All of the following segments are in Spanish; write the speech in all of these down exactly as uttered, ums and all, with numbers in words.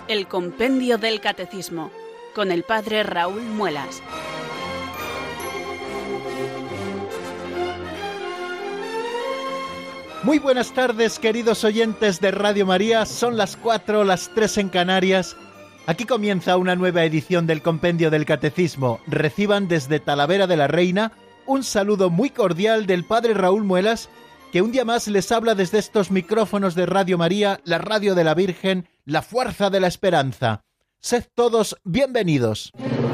El Compendio del Catecismo, con el Padre Raúl Muelas. Muy buenas tardes, queridos oyentes de Radio María. Son las cuatro, las tres en Canarias. Aquí comienza una nueva edición del Compendio del Catecismo. Reciban desde Talavera de la Reina un saludo muy cordial del Padre Raúl Muelas, que un día más les habla desde estos micrófonos de Radio María, la radio de la Virgen, la fuerza de la esperanza. Sed todos bienvenidos.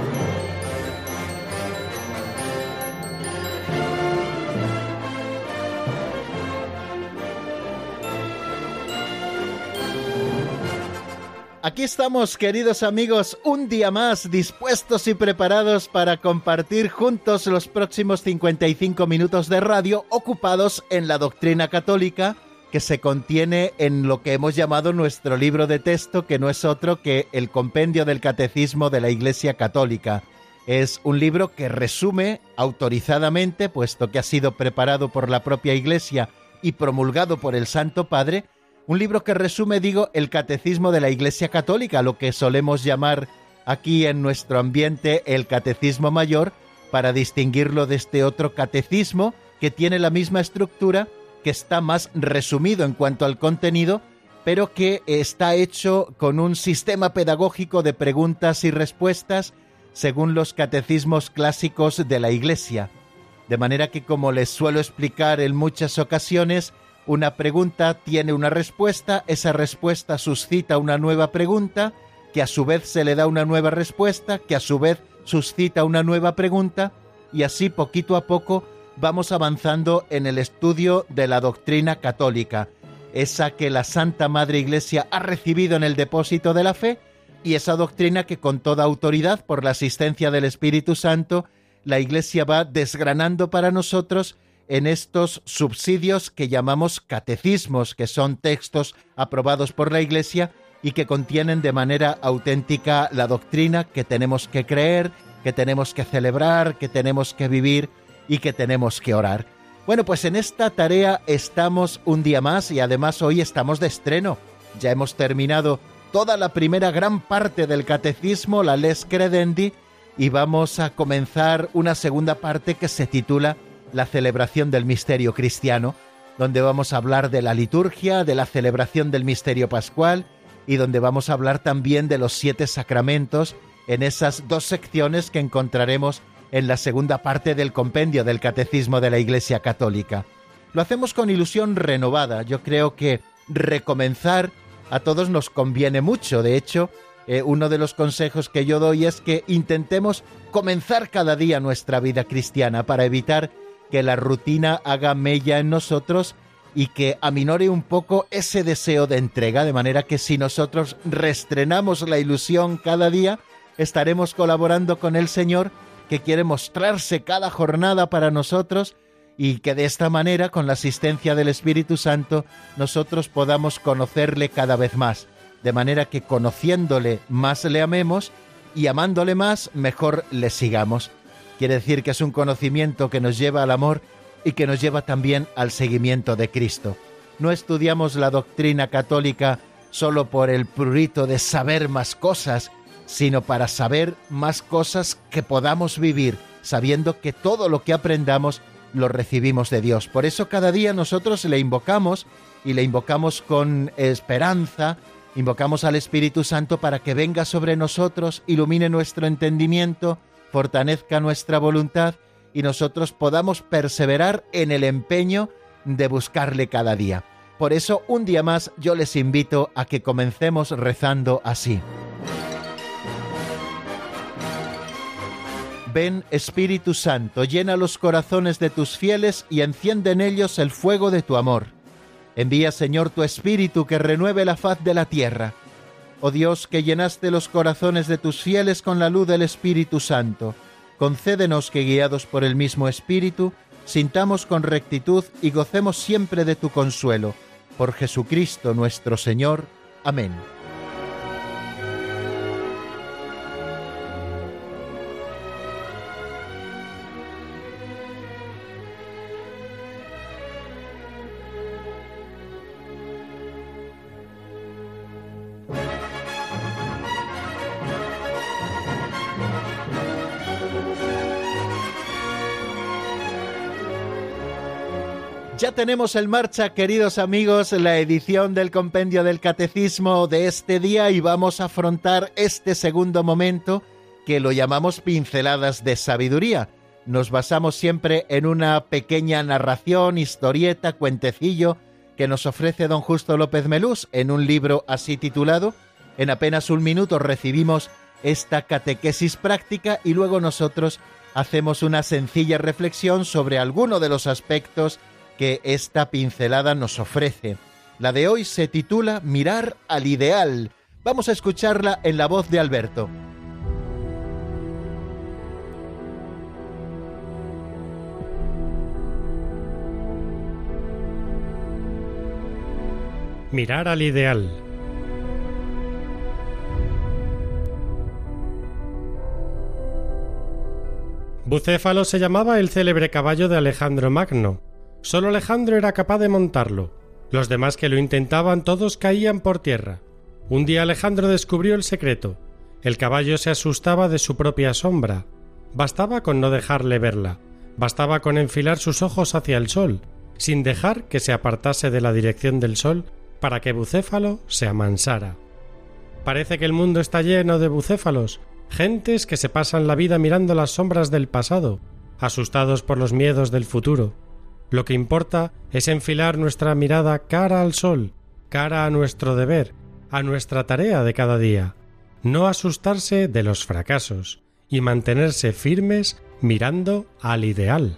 Aquí estamos, queridos amigos, un día más dispuestos y preparados para compartir juntos los próximos cincuenta y cinco minutos de radio ocupados en la doctrina católica que se contiene en lo que hemos llamado nuestro libro de texto, que no es otro que el Compendio del Catecismo de la Iglesia Católica. Es un libro que resume autorizadamente, puesto que ha sido preparado por la propia Iglesia y promulgado por el Santo Padre, un libro que resume, digo, el Catecismo de la Iglesia Católica, lo que solemos llamar aquí en nuestro ambiente el Catecismo Mayor, para distinguirlo de este otro catecismo que tiene la misma estructura, que está más resumido en cuanto al contenido, pero que está hecho con un sistema pedagógico de preguntas y respuestas según los catecismos clásicos de la Iglesia. De manera que, como les suelo explicar en muchas ocasiones, una pregunta tiene una respuesta, esa respuesta suscita una nueva pregunta, que a su vez se le da una nueva respuesta, que a su vez suscita una nueva pregunta, y así poquito a poco vamos avanzando en el estudio de la doctrina católica, esa que la Santa Madre Iglesia ha recibido en el depósito de la fe, y esa doctrina que con toda autoridad, por la asistencia del Espíritu Santo, la Iglesia va desgranando para nosotros en estos subsidios que llamamos catecismos, que son textos aprobados por la Iglesia y que contienen de manera auténtica la doctrina que tenemos que creer, que tenemos que celebrar, que tenemos que vivir y que tenemos que orar. Bueno, pues en esta tarea estamos un día más y además hoy estamos de estreno. Ya hemos terminado toda la primera gran parte del catecismo, la Les Credendi, y vamos a comenzar una segunda parte que se titula la celebración del misterio cristiano, donde vamos a hablar de la liturgia, de la celebración del misterio pascual y donde vamos a hablar también de los siete sacramentos en esas dos secciones que encontraremos en la segunda parte del compendio del Catecismo de la Iglesia Católica. Lo hacemos con ilusión renovada. Yo creo que recomenzar a todos nos conviene mucho. De hecho, eh, uno de los consejos que yo doy es que intentemos comenzar cada día nuestra vida cristiana para evitar que la rutina haga mella en nosotros y que aminore un poco ese deseo de entrega, de manera que si nosotros reestrenamos la ilusión cada día, estaremos colaborando con el Señor, que quiere mostrarse cada jornada para nosotros y que de esta manera, con la asistencia del Espíritu Santo, nosotros podamos conocerle cada vez más, de manera que conociéndole más le amemos y amándole más, mejor le sigamos. Quiere decir que es un conocimiento que nos lleva al amor y que nos lleva también al seguimiento de Cristo. No estudiamos la doctrina católica solo por el prurito de saber más cosas, sino para saber más cosas que podamos vivir, sabiendo que todo lo que aprendamos lo recibimos de Dios. Por eso cada día nosotros le invocamos y le invocamos con esperanza, invocamos al Espíritu Santo para que venga sobre nosotros, ilumine nuestro entendimiento, fortalezca nuestra voluntad y nosotros podamos perseverar en el empeño de buscarle cada día. Por eso, un día más, yo les invito a que comencemos rezando así. Ven, Espíritu Santo, llena los corazones de tus fieles y enciende en ellos el fuego de tu amor. Envía, Señor, tu Espíritu que renueve la faz de la tierra. Oh Dios, que llenaste los corazones de tus fieles con la luz del Espíritu Santo, concédenos que, guiados por el mismo Espíritu, sintamos con rectitud y gocemos siempre de tu consuelo. Por Jesucristo nuestro Señor. Amén. Ya tenemos en marcha, queridos amigos, la edición del Compendio del Catecismo de este día y vamos a afrontar este segundo momento que lo llamamos Pinceladas de Sabiduría. Nos basamos siempre en una pequeña narración, historieta, cuentecillo que nos ofrece don Justo López Melús en un libro así titulado. En apenas un minuto recibimos esta catequesis práctica y luego nosotros hacemos una sencilla reflexión sobre alguno de los aspectos que esta pincelada nos ofrece. La de hoy se titula Mirar al ideal. Vamos a escucharla en la voz de Alberto. Mirar al ideal. Bucéfalo se llamaba el célebre caballo de Alejandro Magno. Solo Alejandro era capaz de montarlo. Los demás que lo intentaban todos caían por tierra. Un día Alejandro descubrió el secreto. El caballo se asustaba de su propia sombra. Bastaba con no dejarle verla. Bastaba con enfilar sus ojos hacia el sol, sin dejar que se apartase de la dirección del sol para que Bucéfalo se amansara. Parece que el mundo está lleno de bucéfalos, gentes que se pasan la vida mirando las sombras del pasado, asustados por los miedos del futuro. Lo que importa es enfilar nuestra mirada cara al sol, cara a nuestro deber, a nuestra tarea de cada día, no asustarse de los fracasos y mantenerse firmes mirando al ideal.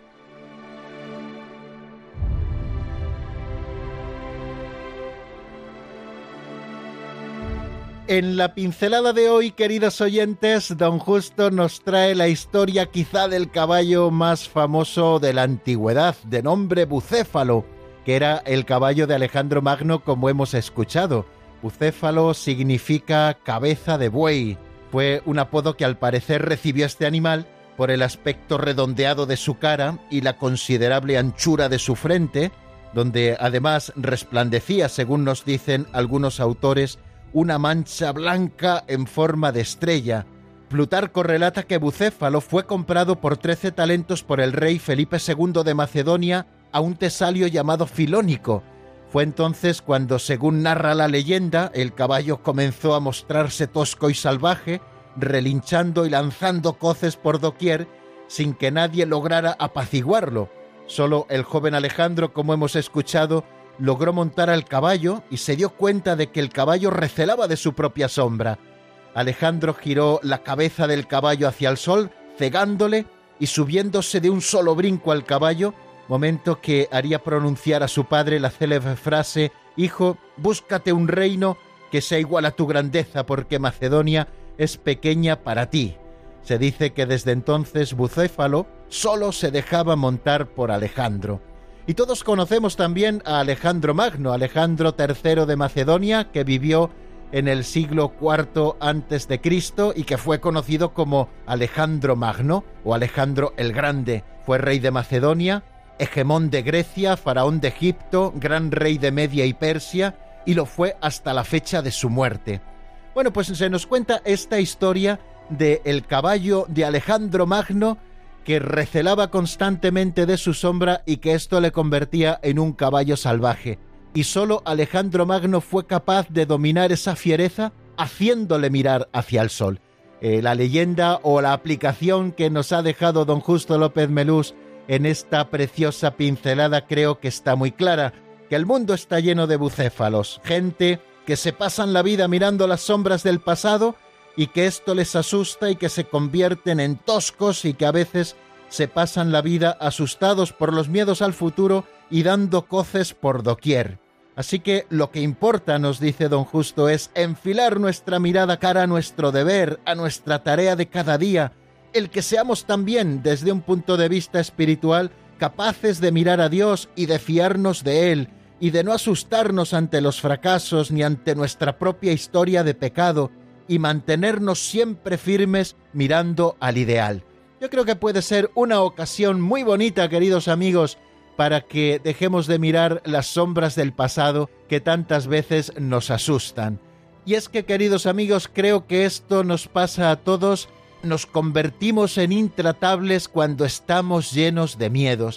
En la pincelada de hoy, queridos oyentes, don Justo nos trae la historia quizá del caballo más famoso de la antigüedad, de nombre Bucéfalo, que era el caballo de Alejandro Magno, como hemos escuchado. Bucéfalo significa cabeza de buey. Fue un apodo que al parecer recibió este animal por el aspecto redondeado de su cara y la considerable anchura de su frente, donde además resplandecía, según nos dicen algunos autores, una mancha blanca en forma de estrella. Plutarco relata que Bucéfalo fue comprado por trece talentos por el rey Felipe segundo de Macedonia a un tesalio llamado Filónico. Fue entonces cuando, según narra la leyenda, el caballo comenzó a mostrarse tosco y salvaje, relinchando y lanzando coces por doquier, sin que nadie lograra apaciguarlo. Solo el joven Alejandro, como hemos escuchado, logró montar al caballo y se dio cuenta de que el caballo recelaba de su propia sombra. Alejandro giró la cabeza del caballo hacia el sol, cegándole y subiéndose de un solo brinco al caballo, momento que haría pronunciar a su padre la célebre frase: «Hijo, búscate un reino que sea igual a tu grandeza, porque Macedonia es pequeña para ti». Se dice que desde entonces Bucéfalo solo se dejaba montar por Alejandro. Y todos conocemos también a Alejandro Magno, Alejandro tercero de Macedonia, que vivió en el siglo cuarto antes de Cristo y que fue conocido como Alejandro Magno o Alejandro el Grande. Fue rey de Macedonia, hegemón de Grecia, faraón de Egipto, gran rey de Media y Persia, y lo fue hasta la fecha de su muerte. Bueno, pues se nos cuenta esta historia de el caballo de Alejandro Magno, que recelaba constantemente de su sombra y que esto le convertía en un caballo salvaje. Y solo Alejandro Magno fue capaz de dominar esa fiereza haciéndole mirar hacia el sol. Eh, la leyenda o la aplicación que nos ha dejado don Justo López Melús en esta preciosa pincelada creo que está muy clara, que el mundo está lleno de bucéfalos, gente que se pasan la vida mirando las sombras del pasado y que esto les asusta y que se convierten en toscos y que a veces se pasan la vida asustados por los miedos al futuro y dando coces por doquier. Así que lo que importa, nos dice don Justo, es enfilar nuestra mirada cara a nuestro deber, a nuestra tarea de cada día, el que seamos también, desde un punto de vista espiritual, capaces de mirar a Dios y de fiarnos de Él, y de no asustarnos ante los fracasos ni ante nuestra propia historia de pecado, y mantenernos siempre firmes mirando al ideal. Yo creo que puede ser una ocasión muy bonita, queridos amigos, para que dejemos de mirar las sombras del pasado que tantas veces nos asustan. Y es que, queridos amigos, creo que esto nos pasa a todos, nos convertimos en intratables cuando estamos llenos de miedos,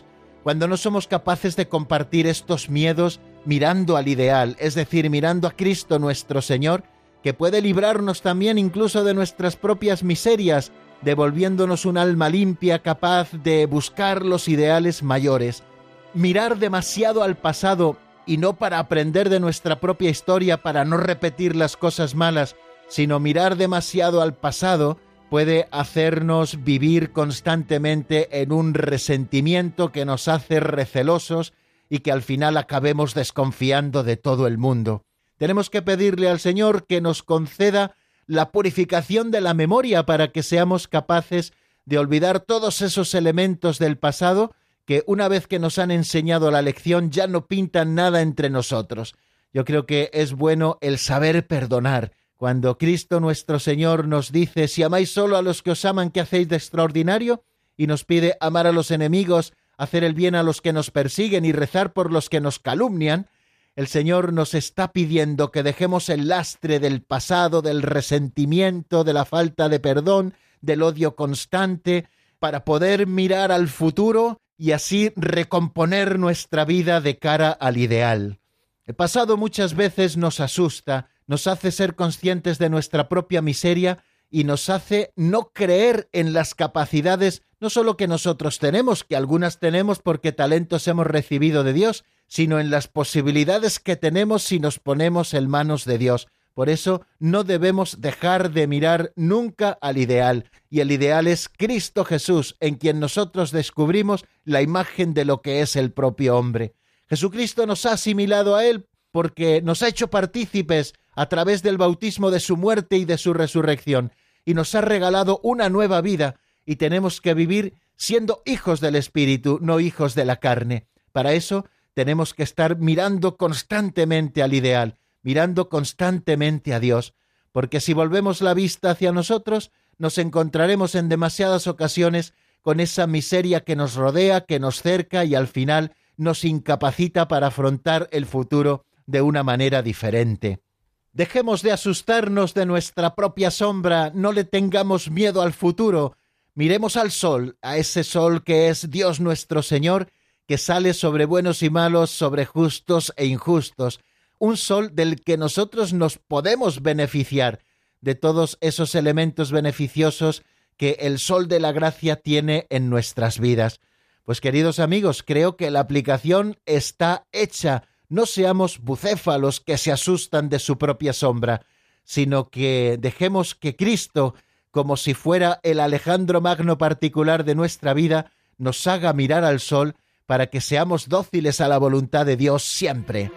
cuando no somos capaces de compartir estos miedos mirando al ideal, es decir, mirando a Cristo nuestro Señor, que puede librarnos también incluso de nuestras propias miserias, devolviéndonos un alma limpia capaz de buscar los ideales mayores. Mirar demasiado al pasado, y no para aprender de nuestra propia historia, para no repetir las cosas malas, sino mirar demasiado al pasado, puede hacernos vivir constantemente en un resentimiento que nos hace recelosos y que al final acabemos desconfiando de todo el mundo. Tenemos que pedirle al Señor que nos conceda la purificación de la memoria para que seamos capaces de olvidar todos esos elementos del pasado que una vez que nos han enseñado la lección ya no pintan nada entre nosotros. Yo creo que es bueno el saber perdonar. Cuando Cristo nuestro Señor nos dice: si amáis solo a los que os aman, ¿qué hacéis de extraordinario? Y nos pide amar a los enemigos, hacer el bien a los que nos persiguen y rezar por los que nos calumnian, el Señor nos está pidiendo que dejemos el lastre del pasado, del resentimiento, de la falta de perdón, del odio constante, para poder mirar al futuro y así recomponer nuestra vida de cara al ideal. El pasado muchas veces nos asusta, nos hace ser conscientes de nuestra propia miseria y nos hace no creer en las capacidades no solo que nosotros tenemos, que algunas tenemos porque talentos hemos recibido de Dios, sino en las posibilidades que tenemos si nos ponemos en manos de Dios. Por eso no debemos dejar de mirar nunca al ideal, y el ideal es Cristo Jesús, en quien nosotros descubrimos la imagen de lo que es el propio hombre. Jesucristo nos ha asimilado a Él porque nos ha hecho partícipes a través del bautismo de su muerte y de su resurrección, y nos ha regalado una nueva vida, y tenemos que vivir siendo hijos del Espíritu, no hijos de la carne. Para eso tenemos que estar mirando constantemente al ideal, mirando constantemente a Dios, porque si volvemos la vista hacia nosotros, nos encontraremos en demasiadas ocasiones con esa miseria que nos rodea, que nos cerca y al final nos incapacita para afrontar el futuro de una manera diferente. Dejemos de asustarnos de nuestra propia sombra, no le tengamos miedo al futuro, miremos al sol, a ese sol que es Dios nuestro Señor, que sale sobre buenos y malos, sobre justos e injustos, un sol del que nosotros nos podemos beneficiar, de todos esos elementos beneficiosos que el sol de la gracia tiene en nuestras vidas. Pues queridos amigos, creo que la aplicación está hecha. No seamos bucéfalos que se asustan de su propia sombra, sino que dejemos que Cristo, como si fuera el Alejandro Magno particular de nuestra vida, nos haga mirar al sol para que seamos dóciles a la voluntad de Dios siempre.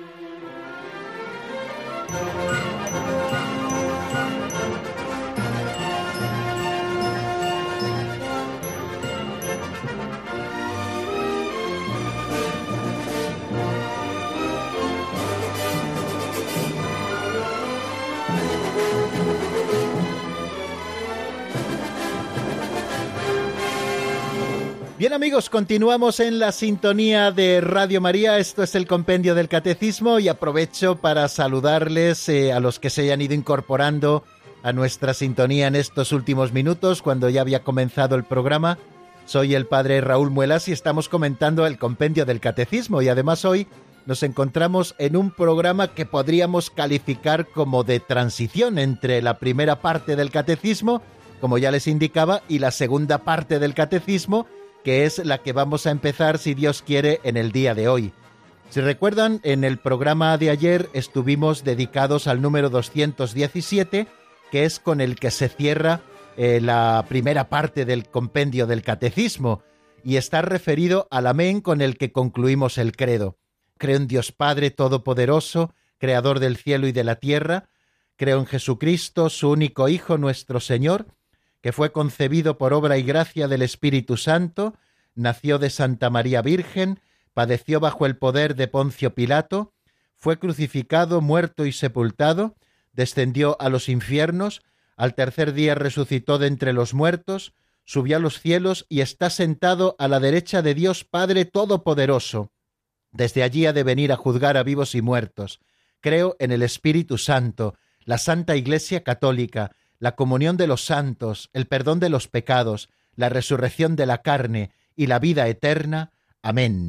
Bien amigos, continuamos en la sintonía de Radio María. Esto es el Compendio del Catecismo y aprovecho para saludarles eh, a los que se hayan ido incorporando a nuestra sintonía en estos últimos minutos, cuando ya había comenzado el programa. Soy el padre Raúl Muelas y estamos comentando el Compendio del Catecismo, y además hoy nos encontramos en un programa que podríamos calificar como de transición entre la primera parte del Catecismo, como ya les indicaba, y la segunda parte del Catecismo, que es la que vamos a empezar, si Dios quiere, en el día de hoy. Si recuerdan, en el programa de ayer estuvimos dedicados al número doscientos diecisiete, que es con el que se cierra eh, la primera parte del compendio del Catecismo, y está referido al amén con el que concluimos el credo. Creo en Dios Padre Todopoderoso, Creador del cielo y de la tierra. Creo en Jesucristo, su único Hijo, nuestro Señor, que fue concebido por obra y gracia del Espíritu Santo, nació de Santa María Virgen, padeció bajo el poder de Poncio Pilato, fue crucificado, muerto y sepultado, descendió a los infiernos, al tercer día resucitó de entre los muertos, subió a los cielos y está sentado a la derecha de Dios Padre Todopoderoso. Desde allí ha de venir a juzgar a vivos y muertos. Creo en el Espíritu Santo, la Santa Iglesia Católica, la comunión de los santos, el perdón de los pecados, la resurrección de la carne y la vida eterna. Amén.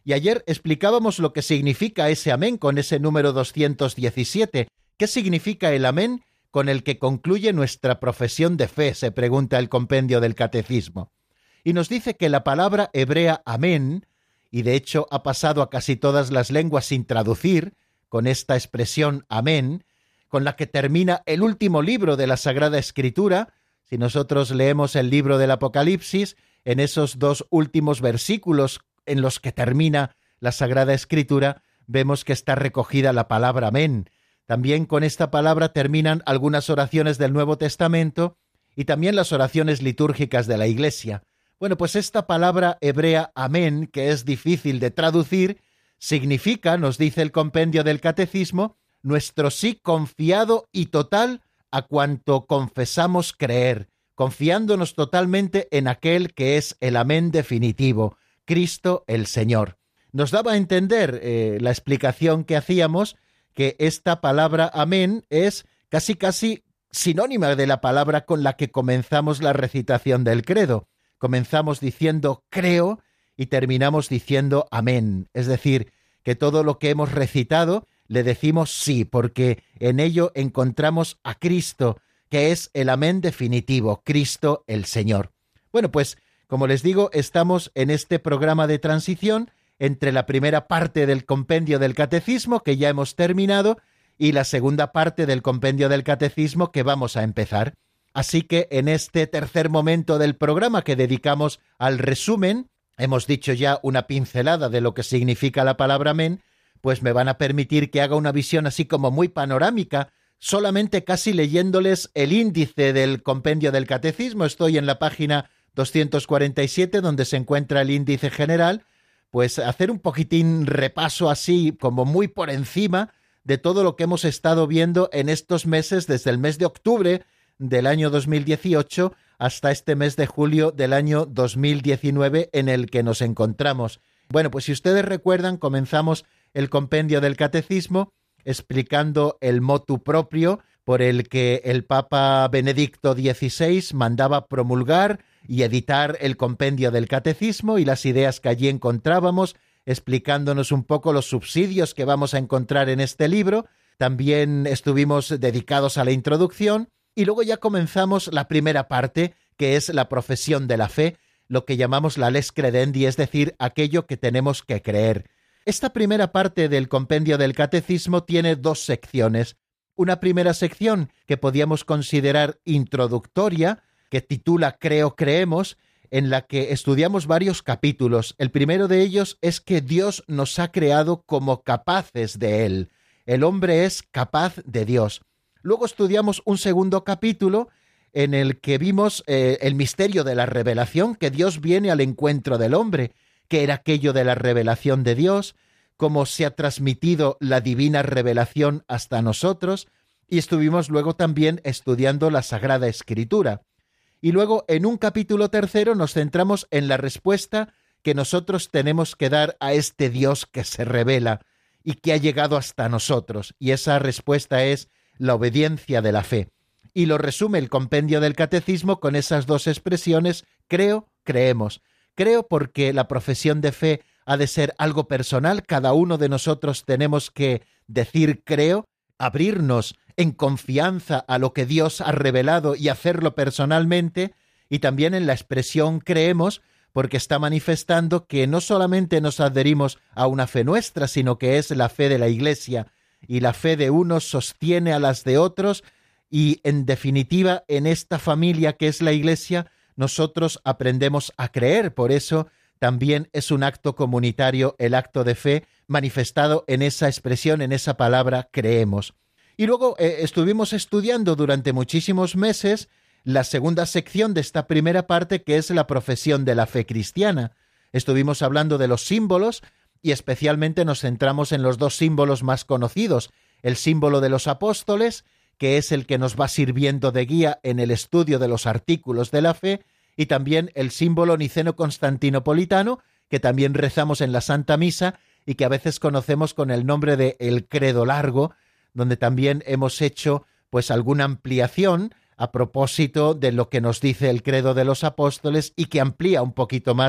Y ayer explicábamos lo que significa ese amén con ese número doscientos diecisiete. ¿Qué significa el amén con el que concluye nuestra profesión de fe?, se pregunta el compendio del Catecismo. Y nos dice que la palabra hebrea amén, y de hecho ha pasado a casi todas las lenguas sin traducir, con esta expresión amén, con la que termina el último libro de la Sagrada Escritura. Si nosotros leemos el libro del Apocalipsis, en esos dos últimos versículos en los que termina la Sagrada Escritura, vemos que está recogida la palabra amén. También con esta palabra terminan algunas oraciones del Nuevo Testamento y también las oraciones litúrgicas de la Iglesia. Bueno, pues esta palabra hebrea amén, que es difícil de traducir, significa, nos dice el compendio del Catecismo, nuestro sí confiado y total a cuanto confesamos creer, confiándonos totalmente en aquel que es el amén definitivo, Cristo el Señor. Nos daba a entender eh, la explicación que hacíamos que esta palabra amén es casi casi sinónima de la palabra con la que comenzamos la recitación del credo. Comenzamos diciendo creo y terminamos diciendo amén. Es decir, que todo lo que hemos recitado le decimos sí, porque en ello encontramos a Cristo, que es el amén definitivo, Cristo el Señor. Bueno, pues, como les digo, estamos en este programa de transición entre la primera parte del compendio del Catecismo, que ya hemos terminado, y la segunda parte del compendio del Catecismo, que vamos a empezar. Así que en este tercer momento del programa que dedicamos al resumen, hemos dicho ya una pincelada de lo que significa la palabra amén, pues me van a permitir que haga una visión así como muy panorámica, solamente casi leyéndoles el índice del compendio del Catecismo. Estoy en la página doscientos cuarenta y siete, donde se encuentra el índice general, pues hacer un poquitín repaso así como muy por encima de todo lo que hemos estado viendo en estos meses, desde el mes de octubre del año dos mil dieciocho hasta este mes de julio del año dos mil diecinueve en el que nos encontramos. Bueno, pues si ustedes recuerdan, comenzamos el compendio del Catecismo explicando el motu proprio por el que el Papa Benedicto dieciséis mandaba promulgar y editar el compendio del Catecismo y las ideas que allí encontrábamos, explicándonos un poco los subsidios que vamos a encontrar en este libro. También estuvimos dedicados a la introducción y luego ya comenzamos la primera parte, que es la profesión de la fe, lo que llamamos la lex credendi, es decir, aquello que tenemos que creer. Esta primera parte del compendio del Catecismo tiene dos secciones. Una primera sección que podíamos considerar introductoria, que titula Creo, creemos, en la que estudiamos varios capítulos. El primero de ellos es que Dios nos ha creado como capaces de Él. El hombre es capaz de Dios. Luego estudiamos un segundo capítulo en el que vimos eh, el misterio de la revelación, que Dios viene al encuentro del hombre, que era aquello de la revelación de Dios, cómo se ha transmitido la divina revelación hasta nosotros, y estuvimos luego también estudiando la Sagrada Escritura. Y luego, en un capítulo tercero, nos centramos en la respuesta que nosotros tenemos que dar a este Dios que se revela y que ha llegado hasta nosotros. Y esa respuesta es la obediencia de la fe. Y lo resume el compendio del Catecismo con esas dos expresiones: creo, creemos. Creo porque la profesión de fe ha de ser algo personal. Cada uno de nosotros tenemos que decir creo, abrirnos en confianza a lo que Dios ha revelado y hacerlo personalmente, y también en la expresión creemos, porque está manifestando que no solamente nos adherimos a una fe nuestra, sino que es la fe de la Iglesia, y la fe de unos sostiene a las de otros, y en definitiva, en esta familia que es la Iglesia, nosotros aprendemos a creer. Por eso también es un acto comunitario el acto de fe manifestado en esa expresión, en esa palabra creemos. Y luego eh, estuvimos estudiando durante muchísimos meses la segunda sección de esta primera parte, que es la profesión de la fe cristiana. Estuvimos hablando de los símbolos y especialmente nos centramos en los dos símbolos más conocidos: el símbolo de los apóstoles, que es el que nos va sirviendo de guía en el estudio de los artículos de la fe, y también el símbolo niceno-constantinopolitano, que también rezamos en la Santa Misa y que a veces conocemos con el nombre de el Credo Largo, donde también hemos hecho pues alguna ampliación a propósito de lo que nos dice el Credo de los Apóstoles y que amplía un poquito más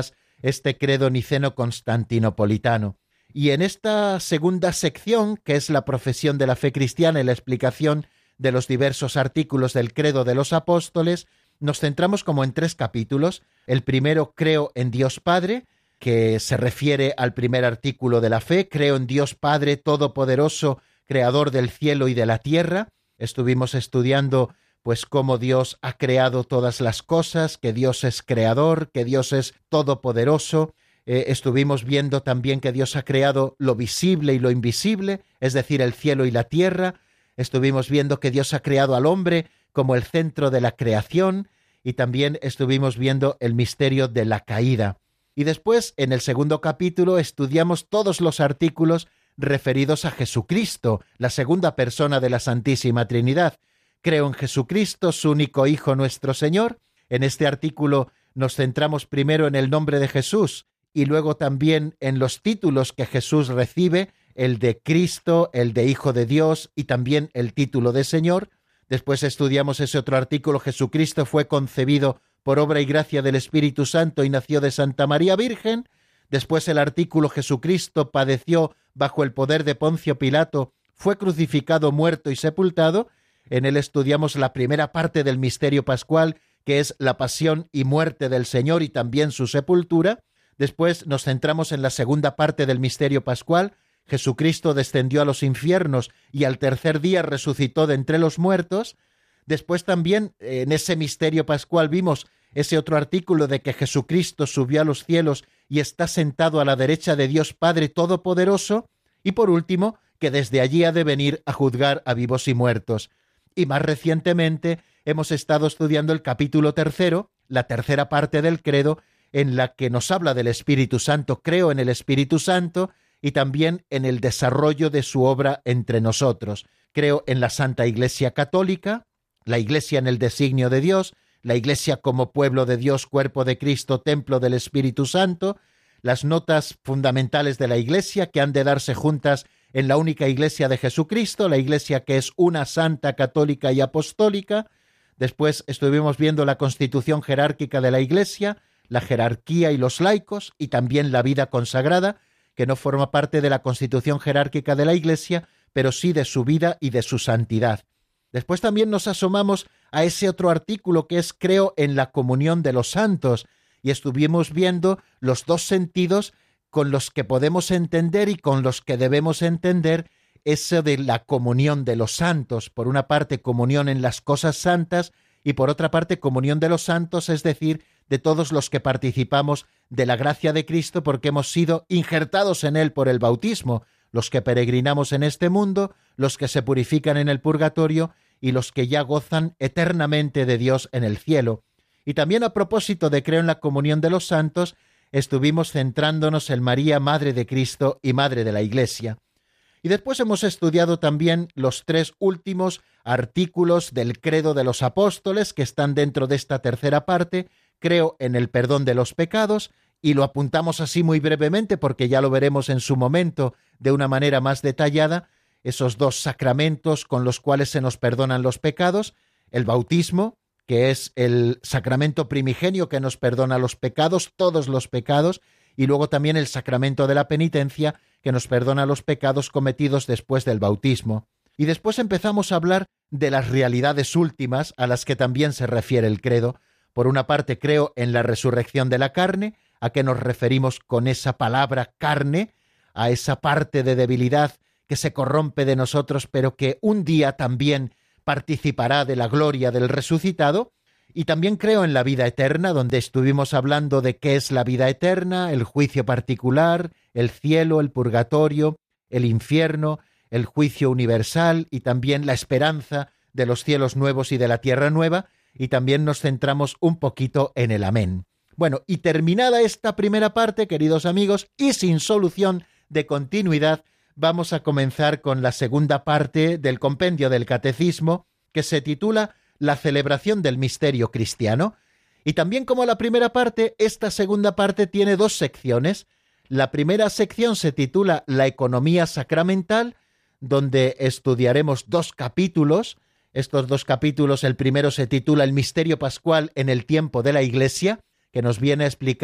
este credo niceno-constantinopolitano. Y en esta segunda sección, que es la profesión de la fe cristiana y la explicación de los diversos artículos del credo de los apóstoles, nos centramos como en tres capítulos. El primero, creo en Dios Padre, que se refiere al primer artículo de la fe. Creo en Dios Padre Todopoderoso, Creador del cielo y de la tierra. Estuvimos estudiando pues cómo Dios ha creado todas las cosas, que Dios es creador, que Dios es todopoderoso. Eh, estuvimos viendo también que Dios ha creado lo visible y lo invisible, es decir, el cielo y la tierra. Estuvimos viendo que Dios ha creado al hombre como el centro de la creación, y también estuvimos viendo el misterio de la caída. Y después, en el segundo capítulo, estudiamos todos los artículos referidos a Jesucristo, la segunda persona de la Santísima Trinidad. Creo en Jesucristo, su único Hijo, nuestro Señor. En este artículo nos centramos primero en el nombre de Jesús y luego también en los títulos que Jesús recibe, el de Cristo, el de Hijo de Dios y también el título de Señor. Después estudiamos ese otro artículo, Jesucristo fue concebido por obra y gracia del Espíritu Santo y nació de Santa María Virgen. Después el artículo, Jesucristo padeció bajo el poder de Poncio Pilato, fue crucificado, muerto y sepultado. En él estudiamos la primera parte del misterio pascual, que es la pasión y muerte del Señor y también su sepultura. Después nos centramos en la segunda parte del misterio pascual. Jesucristo descendió a los infiernos y al tercer día resucitó de entre los muertos. Después también en ese misterio pascual vimos ese otro artículo de que Jesucristo subió a los cielos y está sentado a la derecha de Dios Padre Todopoderoso. Y por último, que desde allí ha de venir a juzgar a vivos y muertos. Y más recientemente hemos estado estudiando el capítulo tercero, la tercera parte del credo, en la que nos habla del Espíritu Santo. Creo en el Espíritu Santo y también en el desarrollo de su obra entre nosotros. Creo en la Santa Iglesia Católica, la Iglesia en el designio de Dios, la Iglesia como pueblo de Dios, cuerpo de Cristo, templo del Espíritu Santo, las notas fundamentales de la Iglesia que han de darse juntas en la única Iglesia de Jesucristo, la Iglesia que es una, santa, católica y apostólica. Después estuvimos viendo la constitución jerárquica de la Iglesia, la jerarquía y los laicos, y también la vida consagrada, que no forma parte de la constitución jerárquica de la Iglesia, pero sí de su vida y de su santidad. Después también nos asomamos a ese otro artículo que es creo en la comunión de los santos, y estuvimos viendo los dos sentidos con los que podemos entender y con los que debemos entender eso de la comunión de los santos. Por una parte, comunión en las cosas santas, y por otra parte, comunión de los santos, es decir, de todos los que participamos de la gracia de Cristo porque hemos sido injertados en Él por el bautismo, los que peregrinamos en este mundo, los que se purifican en el purgatorio y los que ya gozan eternamente de Dios en el cielo. Y también a propósito de creo en la comunión de los santos, estuvimos centrándonos en María, Madre de Cristo y Madre de la Iglesia. Y después hemos estudiado también los tres últimos artículos del credo de los apóstoles que están dentro de esta tercera parte. Creo en el perdón de los pecados, y lo apuntamos así muy brevemente porque ya lo veremos en su momento de una manera más detallada, esos dos sacramentos con los cuales se nos perdonan los pecados, el bautismo, que es el sacramento primigenio que nos perdona los pecados, todos los pecados, y luego también el sacramento de la penitencia, que nos perdona los pecados cometidos después del bautismo. Y después empezamos a hablar de las realidades últimas a las que también se refiere el credo. Por una parte, creo en la resurrección de la carne. ¿A qué nos referimos con esa palabra carne? A esa parte de debilidad que se corrompe de nosotros, pero que un día también participará de la gloria del resucitado. Y también creo en la vida eterna, donde estuvimos hablando de qué es la vida eterna, el juicio particular, el cielo, el purgatorio, el infierno, el juicio universal y también la esperanza de los cielos nuevos y de la tierra nueva, y también nos centramos un poquito en el amén. Bueno, y terminada esta primera parte, queridos amigos, y sin solución de continuidad, vamos a comenzar con la segunda parte del compendio del Catecismo, que se titula La celebración del misterio cristiano. Y también como la primera parte, esta segunda parte tiene dos secciones. La primera sección se titula La economía sacramental, donde estudiaremos dos capítulos. Estos dos capítulos, el primero se titula El misterio pascual en el tiempo de la Iglesia, que nos viene a explicar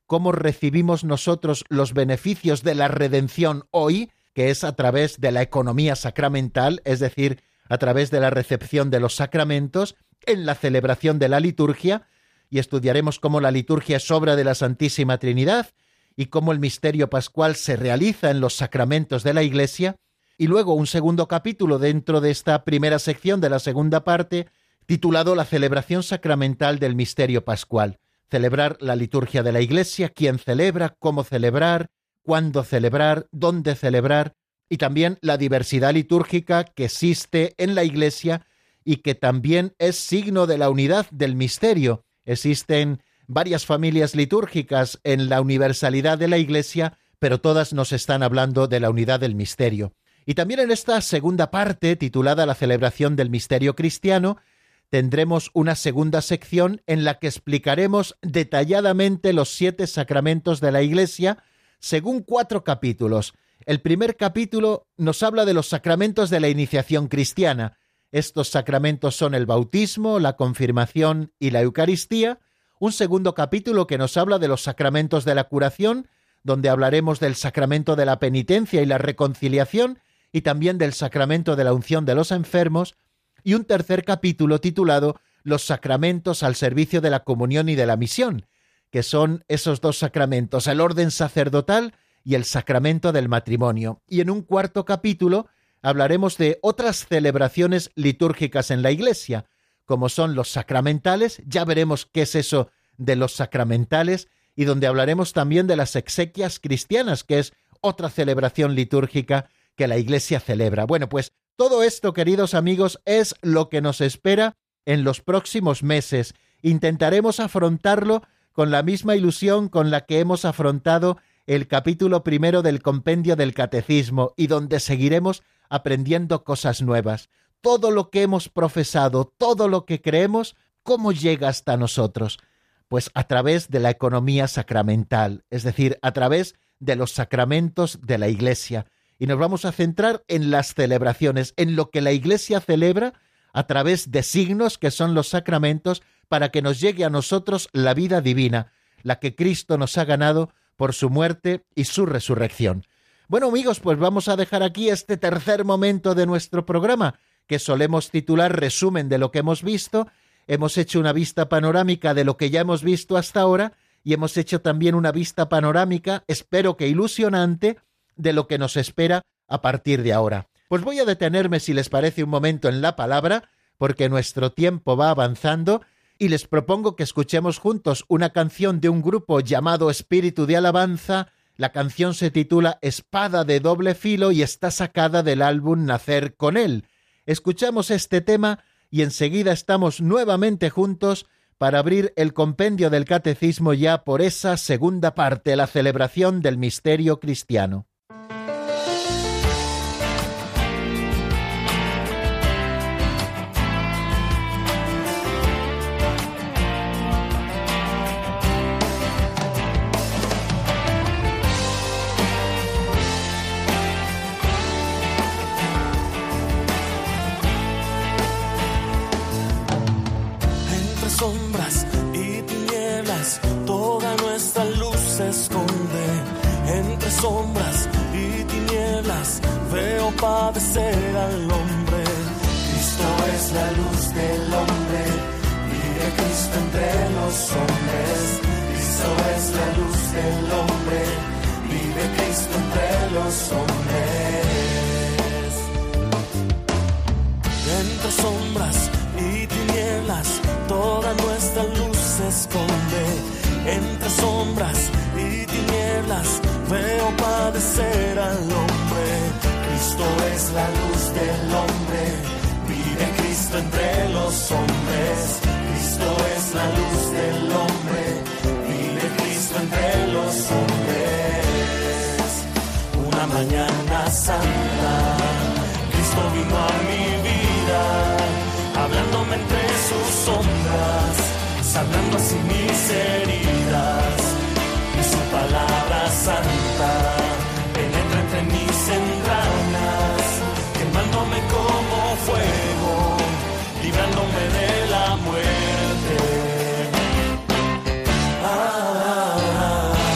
cómo recibimos nosotros los beneficios de la redención hoy, que es a través de la economía sacramental, es decir, a través de la recepción de los sacramentos, en la celebración de la liturgia, y estudiaremos cómo la liturgia es obra de la Santísima Trinidad y cómo el misterio pascual se realiza en los sacramentos de la Iglesia, y luego un segundo capítulo dentro de esta primera sección de la segunda parte, titulado La celebración sacramental del misterio pascual. Celebrar la liturgia de la Iglesia, quién celebra, cómo celebrar, cuándo celebrar, dónde celebrar, y también la diversidad litúrgica que existe en la Iglesia y que también es signo de la unidad del misterio. Existen varias familias litúrgicas en la universalidad de la Iglesia, pero todas nos están hablando de la unidad del misterio. Y también en esta segunda parte, titulada La celebración del misterio cristiano, tendremos una segunda sección en la que explicaremos detalladamente los siete sacramentos de la Iglesia, según cuatro capítulos. El primer capítulo nos habla de los sacramentos de la iniciación cristiana. Estos sacramentos son el bautismo, la confirmación y la Eucaristía. Un segundo capítulo que nos habla de los sacramentos de la curación, donde hablaremos del sacramento de la penitencia y la reconciliación, y también del sacramento de la unción de los enfermos. Y un tercer capítulo titulado Los sacramentos al servicio de la comunión y de la misión, que son esos dos sacramentos, el orden sacerdotal y el sacramento del matrimonio. Y en un cuarto capítulo hablaremos de otras celebraciones litúrgicas en la Iglesia, como son los sacramentales. Ya veremos qué es eso de los sacramentales, y donde hablaremos también de las exequias cristianas, que es otra celebración litúrgica que la Iglesia celebra. Bueno, pues todo esto, queridos amigos, es lo que nos espera en los próximos meses. Intentaremos afrontarlo con la misma ilusión con la que hemos afrontado el capítulo primero del compendio del Catecismo, y donde seguiremos aprendiendo cosas nuevas. Todo lo que hemos profesado, todo lo que creemos, ¿cómo llega hasta nosotros? Pues a través de la economía sacramental, es decir, a través de los sacramentos de la Iglesia. Y nos vamos a centrar en las celebraciones, en lo que la Iglesia celebra a través de signos que son los sacramentos, para que nos llegue a nosotros la vida divina, la que Cristo nos ha ganado por su muerte y su resurrección. Bueno, amigos, pues vamos a dejar aquí este tercer momento de nuestro programa, que solemos titular Resumen de lo que hemos visto. Hemos hecho una vista panorámica de lo que ya hemos visto hasta ahora, y hemos hecho también una vista panorámica, espero que ilusionante, de lo que nos espera a partir de ahora. Pues voy a detenerme, si les parece, un momento en la palabra, porque nuestro tiempo va avanzando, y les propongo que escuchemos juntos una canción de un grupo llamado Espíritu de Alabanza. La canción se titula Espada de doble filo y está sacada del álbum Nacer con él. Escuchamos este tema y enseguida estamos nuevamente juntos para abrir el compendio del Catecismo ya por esa segunda parte, la celebración del misterio cristiano. Sombras y tinieblas, toda nuestra luz se esconde. Entre sombras y tinieblas, veo padecer al hombre. Cristo es la luz del hombre, vive Cristo entre los hombres. Cristo es la luz del hombre, vive Cristo entre los hombres. Entre sombras y tinieblas, toda nuestra luz se esconde. Entre sombras y tinieblas, veo padecer al hombre. Cristo es la luz del hombre, vive Cristo entre los hombres. Cristo es la luz del hombre, vive Cristo entre los hombres. Una mañana santa, Cristo vino a mi vida, hablándome entre sus sombras, sanando así mis heridas, y su palabra santa penetra entre mis entrañas, quemándome como fuego, librándome de la muerte. Ah, ah, ah.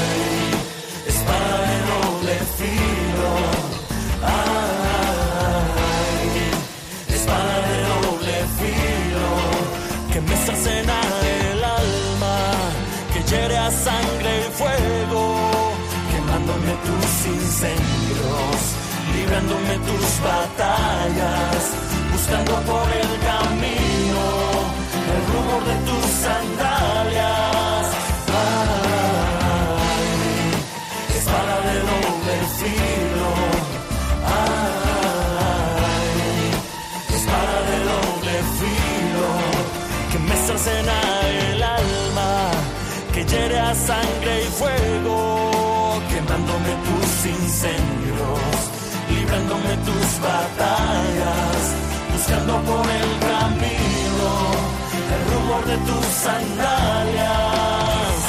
sangre y fuego, quemándome tus incendios, librándome tus batallas, buscando por el camino el rumor de tus sandalias. Ay, espada de doble filo. Ay, espada de doble filo, que me cercena el alma, que hiere a sangre y fuego, quemándome tus incendios, librándome tus batallas, buscando por el camino el rumor de tus sandalias.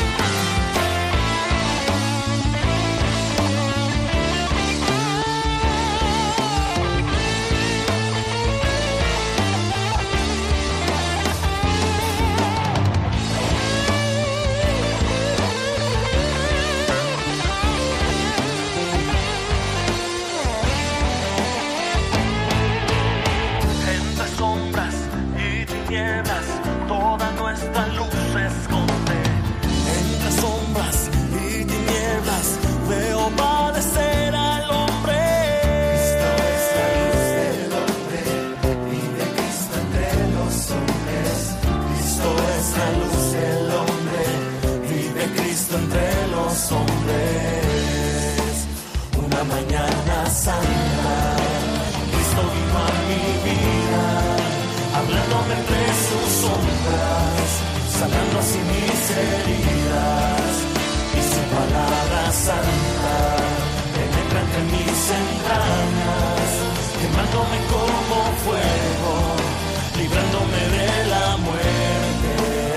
Toda nuestra luz se esconde. Entre sombras y tinieblas veo padecer al hombre. Cristo es la luz del hombre, vive Cristo entre los hombres. Cristo es la luz del hombre, vive Cristo entre los hombres. Una mañana santa, Cristo vino a mi vida, hablándome entre sus sombras, sanando así mis heridas, y su palabra santa penetra entre mis entrañas, quemándome como fuego, librándome de la muerte.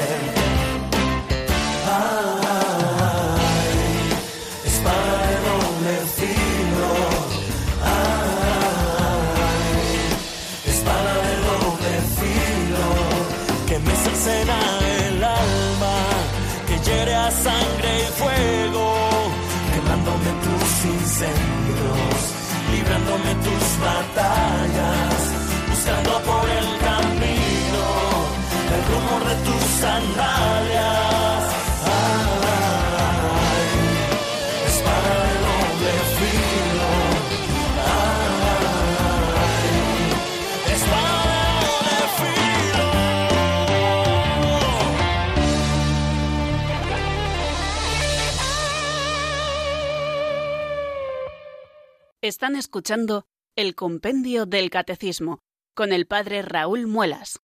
Ay, espada de doble filo. Me cercena el alma, que hiere a sangre y fuego, quemándome tus incendios, librándome tus batallas, buscando por el camino el rumor de tus sandalias. Ay, espada de doble filo. Ay, espada de doble filo. Están escuchando el Compendio del Catecismo con el Padre Raúl Muelas.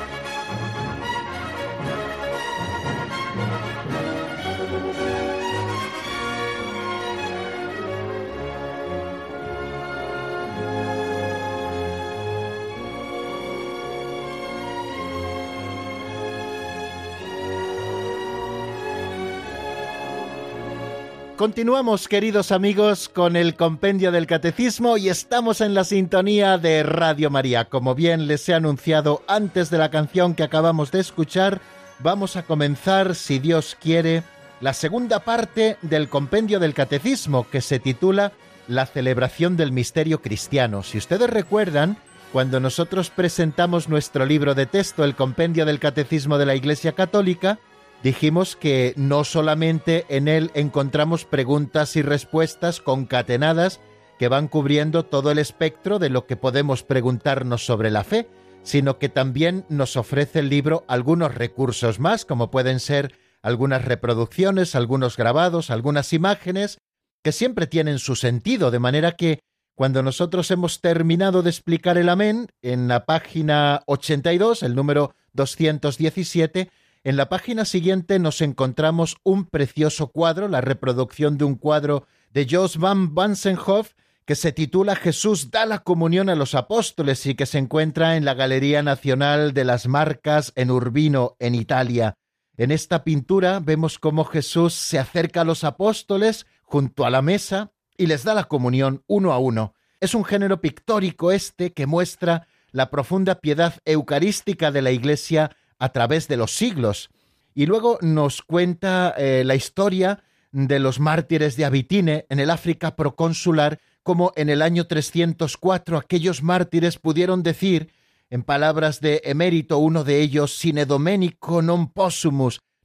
Continuamos, queridos amigos, con el Compendio del Catecismo y estamos en la sintonía de Radio María. Como bien les he anunciado antes de la canción que acabamos de escuchar, vamos a comenzar, si Dios quiere, la segunda parte del Compendio del Catecismo, que se titula La celebración del misterio cristiano. Si ustedes recuerdan, cuando nosotros presentamos nuestro libro de texto, el Compendio del Catecismo de la Iglesia Católica, dijimos que no solamente en él encontramos preguntas y respuestas concatenadas que van cubriendo todo el espectro de lo que podemos preguntarnos sobre la fe, sino que también nos ofrece el libro algunos recursos más, como pueden ser algunas reproducciones, algunos grabados, algunas imágenes, que siempre tienen su sentido, de manera que cuando nosotros hemos terminado de explicar el amén, en la página ochenta y dos, el número doscientos diecisiete, en la página siguiente nos encontramos un precioso cuadro, la reproducción de un cuadro de Jos van Bansenhoff, que se titula Jesús da la comunión a los apóstoles y que se encuentra en la Galería Nacional de las Marcas en Urbino, en Italia. En esta pintura vemos cómo Jesús se acerca a los apóstoles junto a la mesa y les da la comunión uno a uno. Es un género pictórico este que muestra la profunda piedad eucarística de la Iglesia a través de los siglos. Y luego nos cuenta eh, la historia de los mártires de Abitine en el África procónsular, como en el año trescientos cuatro aquellos mártires pudieron decir, en palabras de Emérito, uno de ellos, sine Domenico non possumus,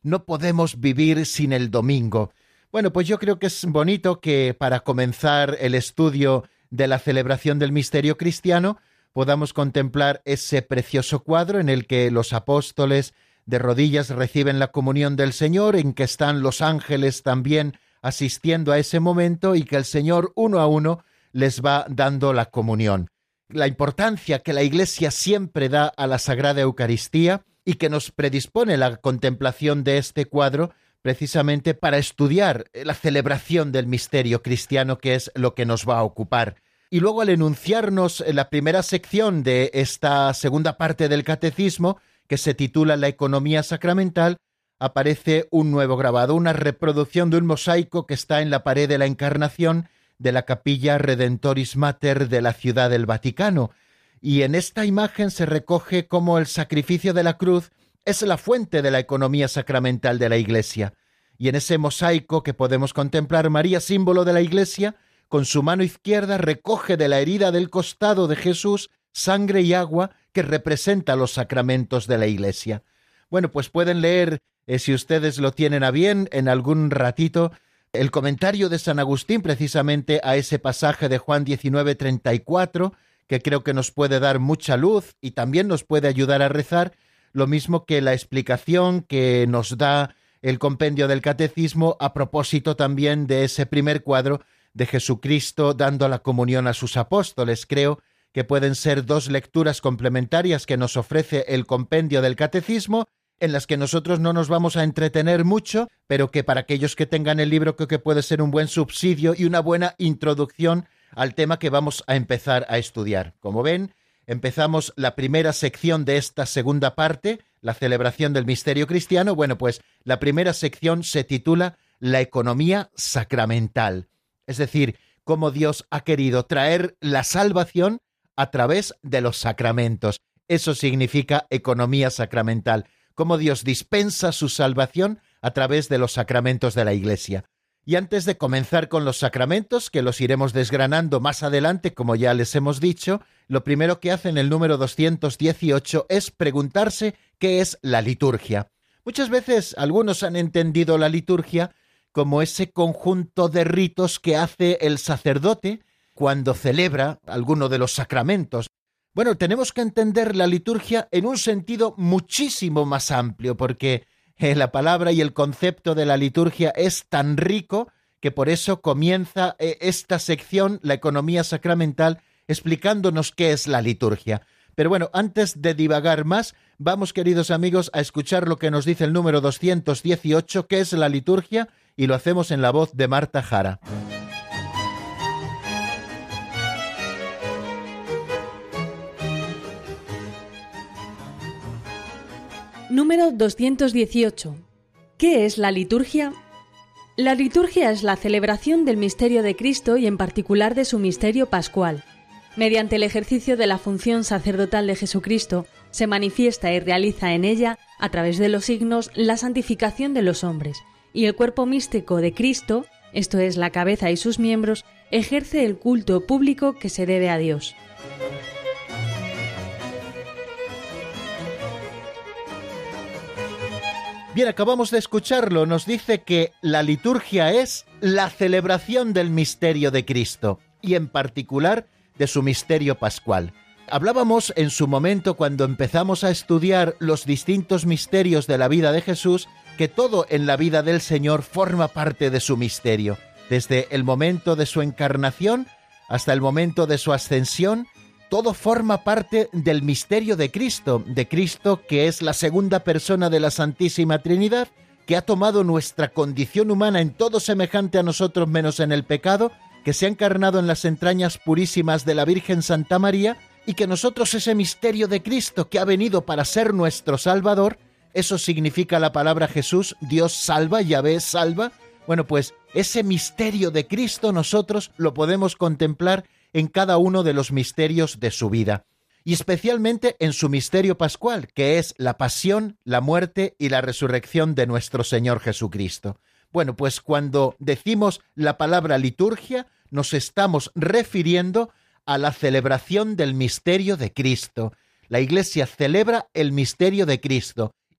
no podemos vivir sin el domingo. Bueno, pues yo creo que es bonito que para comenzar el estudio de la celebración del misterio cristiano podamos contemplar ese precioso cuadro en el que los apóstoles de rodillas reciben la comunión del Señor, en que están los ángeles también asistiendo a ese momento y que el Señor uno a uno les va dando la comunión. La importancia que la Iglesia siempre da a la Sagrada Eucaristía y que nos predispone la contemplación de este cuadro precisamente para estudiar la celebración del misterio cristiano, que es lo que nos va a ocupar. Y luego, al enunciarnos la primera sección de esta segunda parte del Catecismo, que se titula La economía sacramental, aparece un nuevo grabado, una reproducción de un mosaico que está en la pared de la Encarnación de la Capilla Redentoris Mater de la Ciudad del Vaticano. Y en esta imagen se recoge cómo el sacrificio de la cruz es la fuente de la economía sacramental de la Iglesia. Y en ese mosaico que podemos contemplar, María, símbolo de la Iglesia, con su mano izquierda recoge de la herida del costado de Jesús sangre y agua que representa los sacramentos de la Iglesia. Bueno, pues pueden leer, eh, si ustedes lo tienen a bien, en algún ratito, el comentario de San Agustín precisamente a ese pasaje de Juan diecinueve treinta y cuatro, que creo que nos puede dar mucha luz y también nos puede ayudar a rezar, lo mismo que la explicación que nos da el compendio del Catecismo a propósito también de ese primer cuadro de Jesucristo dando la comunión a sus apóstoles. Creo que pueden ser dos lecturas complementarias que nos ofrece el compendio del Catecismo, en las que nosotros no nos vamos a entretener mucho, pero que para aquellos que tengan el libro creo que puede ser un buen subsidio y una buena introducción al tema que vamos a empezar a estudiar. Como ven, empezamos la primera sección de esta segunda parte, la celebración del misterio cristiano. Bueno, pues la primera sección se titula La economía sacramental, es decir, cómo Dios ha querido traer la salvación a través de los sacramentos. Eso significa economía sacramental, cómo Dios dispensa su salvación a través de los sacramentos de la Iglesia. Y antes de comenzar con los sacramentos, que los iremos desgranando más adelante, como ya les hemos dicho, lo primero que hace en el número doscientos dieciocho es preguntarse qué es la liturgia. Muchas veces algunos han entendido la liturgia como ese conjunto de ritos que hace el sacerdote cuando celebra alguno de los sacramentos. Bueno, tenemos que entender la liturgia en un sentido muchísimo más amplio, porque eh, la palabra y el concepto de la liturgia es tan rico que por eso comienza eh, esta sección, la economía sacramental, explicándonos qué es la liturgia. Pero bueno, antes de divagar más, vamos, queridos amigos, a escuchar lo que nos dice el número doscientos dieciocho, qué es la liturgia, y lo hacemos en la voz de Marta Jara. Número doscientos dieciocho. ¿Qué es la liturgia? La liturgia es la celebración del misterio de Cristo y en particular de su misterio pascual. Mediante el ejercicio de la función sacerdotal de Jesucristo, se manifiesta y realiza en ella, a través de los signos, la santificación de los hombres, y el cuerpo místico de Cristo, esto es la cabeza y sus miembros, ejerce el culto público que se debe a Dios. Bien, acabamos de escucharlo. Nos dice que la liturgia es la celebración del misterio de Cristo y en particular de su misterio pascual. Hablábamos en su momento, cuando empezamos a estudiar los distintos misterios de la vida de Jesús, que todo en la vida del Señor forma parte de su misterio, desde el momento de su encarnación hasta el momento de su ascensión. Todo forma parte del misterio de Cristo, de Cristo que es la segunda persona de la Santísima Trinidad, que ha tomado nuestra condición humana en todo semejante a nosotros menos en el pecado, que se ha encarnado en las entrañas purísimas de la Virgen Santa María, y que nosotros ese misterio de Cristo que ha venido para ser nuestro Salvador, eso significa la palabra Jesús, Dios salva, Yahvé salva. Bueno, pues ese misterio de Cristo nosotros lo podemos contemplar en cada uno de los misterios de su vida, y especialmente en su misterio pascual, que es la pasión, la muerte y la resurrección de nuestro Señor Jesucristo. Bueno, pues cuando decimos la palabra liturgia, nos estamos refiriendo a la celebración del misterio de Cristo. La Iglesia celebra el misterio de Cristo,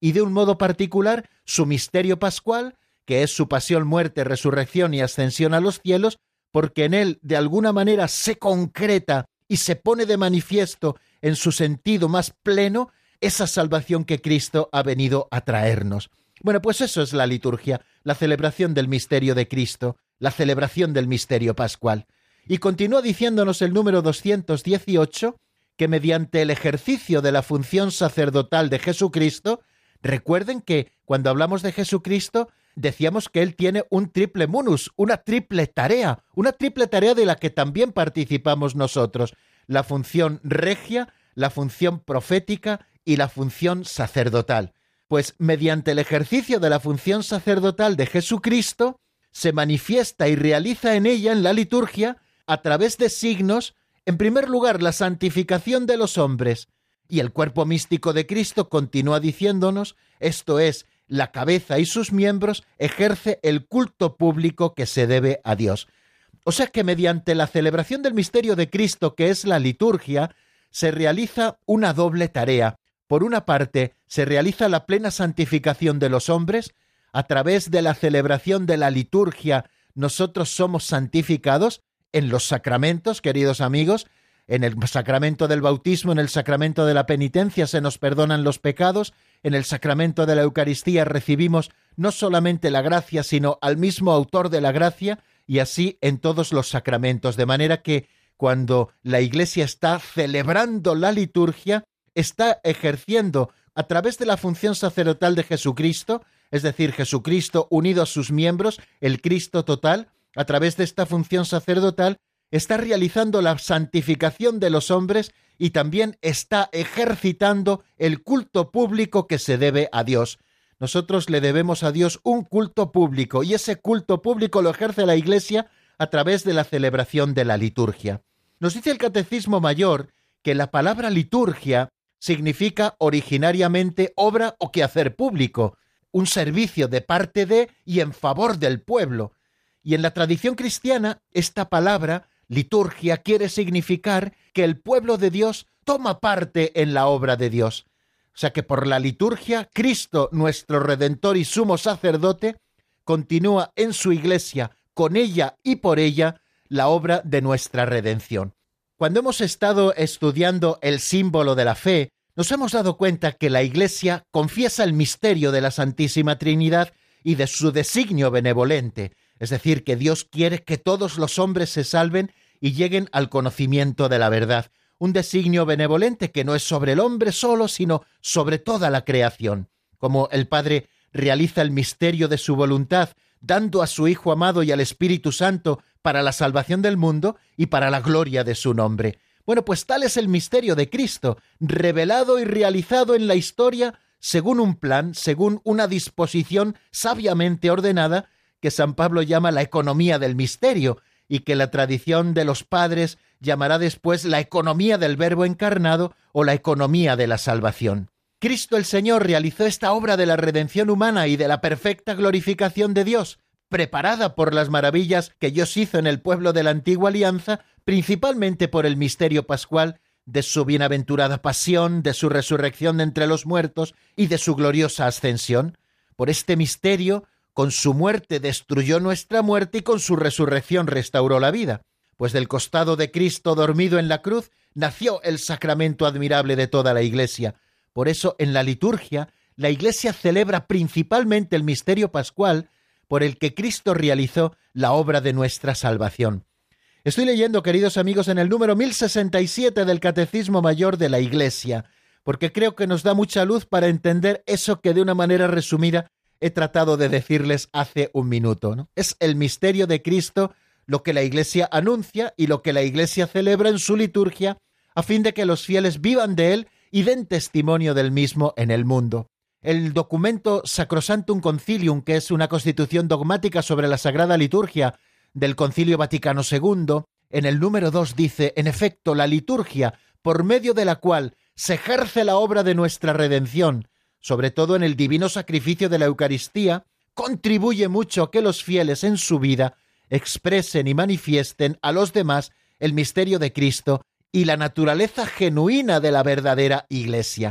y de un modo particular su misterio pascual, que es su pasión, muerte, resurrección y ascensión a los cielos, porque en él de alguna manera se concreta y se pone de manifiesto en su sentido más pleno esa salvación que Cristo ha venido a traernos. Bueno, pues eso es la liturgia, la celebración del misterio de Cristo, la celebración del misterio pascual. Y continúa diciéndonos el número doscientos dieciocho que mediante el ejercicio de la función sacerdotal de Jesucristo, recuerden que cuando hablamos de Jesucristo decíamos que Él tiene un triple munus, una triple tarea, una triple tarea de la que también participamos nosotros, la función regia, la función profética y la función sacerdotal. Pues mediante el ejercicio de la función sacerdotal de Jesucristo, se manifiesta y realiza en ella, en la liturgia, a través de signos, en primer lugar, la santificación de los hombres, y el cuerpo místico de Cristo continúa diciéndonos, esto es, la cabeza y sus miembros, ejerce el culto público que se debe a Dios. O sea que mediante la celebración del misterio de Cristo, que es la liturgia, se realiza una doble tarea. Por una parte, se realiza la plena santificación de los hombres. A través de la celebración de la liturgia, nosotros somos santificados en los sacramentos, queridos amigos. En el sacramento del bautismo, en el sacramento de la penitencia se nos perdonan los pecados, en el sacramento de la Eucaristía recibimos no solamente la gracia, sino al mismo autor de la gracia, y así en todos los sacramentos, de manera que cuando la Iglesia está celebrando la liturgia, está ejerciendo a través de la función sacerdotal de Jesucristo, es decir, Jesucristo unido a sus miembros, el Cristo total, a través de esta función sacerdotal, está realizando la santificación de los hombres y también está ejercitando el culto público que se debe a Dios. Nosotros le debemos a Dios un culto público y ese culto público lo ejerce la Iglesia a través de la celebración de la liturgia. Nos dice el Catecismo Mayor que la palabra liturgia significa originariamente obra o quehacer público, un servicio de parte de y en favor del pueblo. Y en la tradición cristiana, esta palabra liturgia quiere significar que el pueblo de Dios toma parte en la obra de Dios. O sea que por la liturgia, Cristo, nuestro Redentor y sumo sacerdote, continúa en su Iglesia, con ella y por ella, la obra de nuestra redención. Cuando hemos estado estudiando el símbolo de la fe, nos hemos dado cuenta que la Iglesia confiesa el misterio de la Santísima Trinidad y de su designio benevolente, es decir, que Dios quiere que todos los hombres se salven y lleguen al conocimiento de la verdad. Un designio benevolente que no es sobre el hombre solo, sino sobre toda la creación. Como el Padre realiza el misterio de su voluntad, dando a su Hijo amado y al Espíritu Santo para la salvación del mundo y para la gloria de su nombre. Bueno, pues tal es el misterio de Cristo, revelado y realizado en la historia según un plan, según una disposición sabiamente ordenada, que San Pablo llama la economía del misterio y que la tradición de los padres llamará después la economía del Verbo encarnado o la economía de la salvación. Cristo el Señor realizó esta obra de la redención humana y de la perfecta glorificación de Dios, preparada por las maravillas que Dios hizo en el pueblo de la antigua alianza, principalmente por el misterio pascual de su bienaventurada pasión, de su resurrección de entre los muertos y de su gloriosa ascensión. Por este misterio, con su muerte destruyó nuestra muerte y con su resurrección restauró la vida. Pues del costado de Cristo dormido en la cruz nació el sacramento admirable de toda la Iglesia. Por eso en la liturgia la Iglesia celebra principalmente el misterio pascual por el que Cristo realizó la obra de nuestra salvación. Estoy leyendo, queridos amigos, en el número mil sesenta y siete del Catecismo Mayor de la Iglesia, porque creo que nos da mucha luz para entender eso que de una manera resumida he tratado de decirles hace un minuto, ¿no? Es el misterio de Cristo lo que la Iglesia anuncia y lo que la Iglesia celebra en su liturgia a fin de que los fieles vivan de él y den testimonio del mismo en el mundo. El documento Sacrosanctum Concilium, que es una constitución dogmática sobre la Sagrada Liturgia del Concilio Vaticano segundo, en el número dos dice, en efecto, la liturgia, por medio de la cual se ejerce la obra de nuestra redención, sobre todo en el divino sacrificio de la Eucaristía, contribuye mucho a que los fieles en su vida expresen y manifiesten a los demás el misterio de Cristo y la naturaleza genuina de la verdadera Iglesia.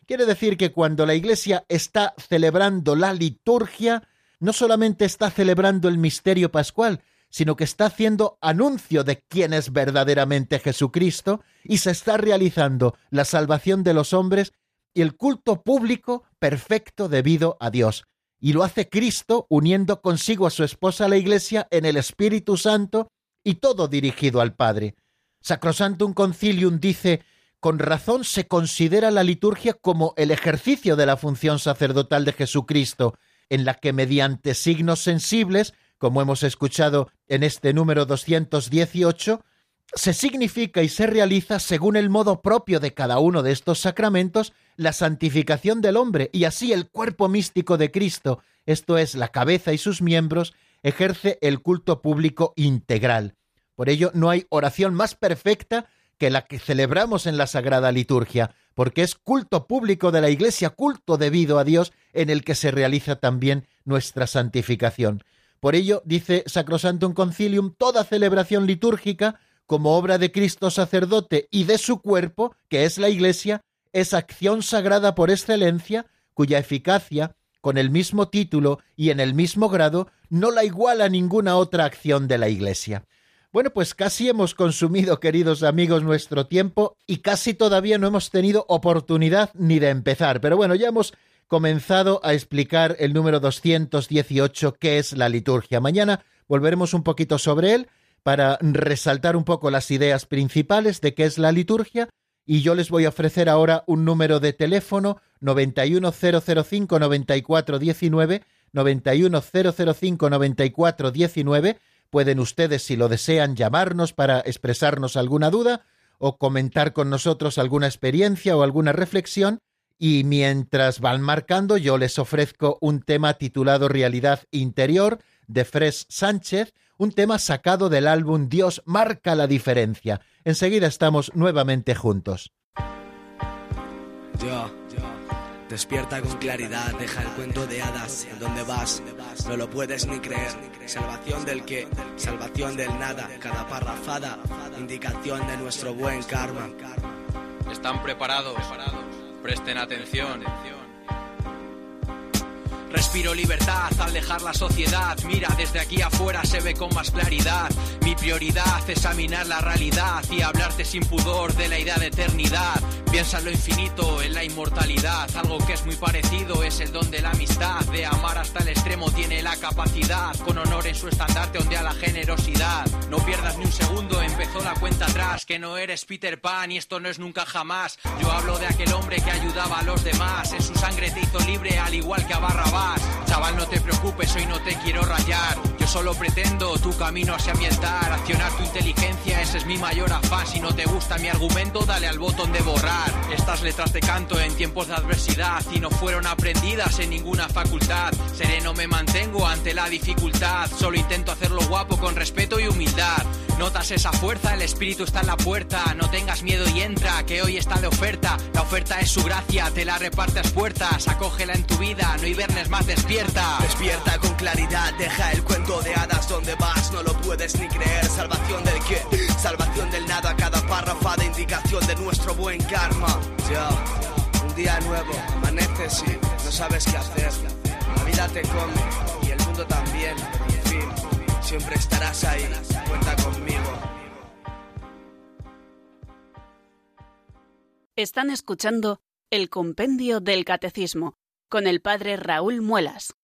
Quiere decir que cuando la Iglesia está celebrando la liturgia, no solamente está celebrando el misterio pascual, sino que está haciendo anuncio de quién es verdaderamente Jesucristo y se está realizando la salvación de los hombres y el culto público perfecto debido a Dios. Y lo hace Cristo uniendo consigo a su esposa la Iglesia en el Espíritu Santo y todo dirigido al Padre. Sacrosanctum Concilium dice: con razón se considera la liturgia como el ejercicio de la función sacerdotal de Jesucristo, en la que mediante signos sensibles, como hemos escuchado en este número doscientos dieciocho, se significa y se realiza según el modo propio de cada uno de estos sacramentos la santificación del hombre, y así el cuerpo místico de Cristo, esto es, la cabeza y sus miembros, ejerce el culto público integral. Por ello, no hay oración más perfecta que la que celebramos en la Sagrada Liturgia, porque es culto público de la Iglesia, culto debido a Dios, en el que se realiza también nuestra santificación. Por ello, dice Sacrosanctum Concilium, toda celebración litúrgica, como obra de Cristo sacerdote y de su cuerpo, que es la Iglesia, es acción sagrada por excelencia, cuya eficacia, con el mismo título y en el mismo grado, no la iguala ninguna otra acción de la Iglesia. Bueno, pues casi hemos consumido, queridos amigos, nuestro tiempo y casi todavía no hemos tenido oportunidad ni de empezar. Pero bueno, ya hemos comenzado a explicar el número doscientos dieciocho, que es la liturgia. Mañana volveremos un poquito sobre él para resaltar un poco las ideas principales de qué es la liturgia, y yo les voy a ofrecer ahora un número de teléfono noventa y uno cero cero cinco noventa y cuatro diecinueve, noventa y uno cero cero cinco noventa y cuatro diecinueve. Pueden ustedes, si lo desean, llamarnos para expresarnos alguna duda o comentar con nosotros alguna experiencia o alguna reflexión, y mientras van marcando yo les ofrezco un tema titulado Realidad Interior, de Fres Sánchez, un tema sacado del álbum Dios marca la diferencia. Enseguida estamos nuevamente juntos. Yo, despierta con claridad, deja el cuento de hadas. ¿En dónde vas? No lo puedes ni creer. Salvación del qué, salvación del nada. Cada parrafada, indicación de nuestro buen karma. ¿Están preparados? Presten atención. Respiro libertad al dejar la sociedad. Mira, desde aquí afuera se ve con más claridad. Mi prioridad, examinar la realidad y hablarte sin pudor de la idea de eternidad. Piensa en lo infinito, en la inmortalidad. Algo que es muy parecido es el don de la amistad. De amar hasta el extremo tiene la capacidad. Con honor en su estandarte ondea la generosidad. No pierdas ni un segundo, empezó la cuenta atrás. Que no eres Peter Pan y esto no es nunca jamás. Yo hablo de aquel hombre que ayudaba a los demás. En su sangre te hizo libre al igual que a Barrabás. Chaval, no te preocupes, hoy no te quiero rayar. Yo solo pretendo tu camino hacia ambientar. Accionar tu inteligencia, ese es mi mayor afán. Si no te gusta mi argumento, dale al botón de borrar. Estas letras de canto en tiempos de adversidad y no fueron aprendidas en ninguna facultad. Sereno me mantengo ante la dificultad. Solo intento hacerlo guapo con respeto y humildad. Notas esa fuerza, el espíritu está en la puerta. No tengas miedo y entra, que hoy está de oferta. La oferta es su gracia, te la repartes puertas. Acógela en tu vida, no hibernes más, despierta. Despierta con claridad, deja el cuento de hadas. ¿Dónde vas? No lo puedes ni creer. Salvación del qué, salvación del nada. Cada párrafo de indicación de nuestro buen karma. Ya, un día nuevo, amaneces y no sabes qué hacer. La vida te come y el mundo también. En fin, siempre estarás ahí, cuenta conmigo. Están escuchando el Compendio del Catecismo con el padre Raúl Muelas.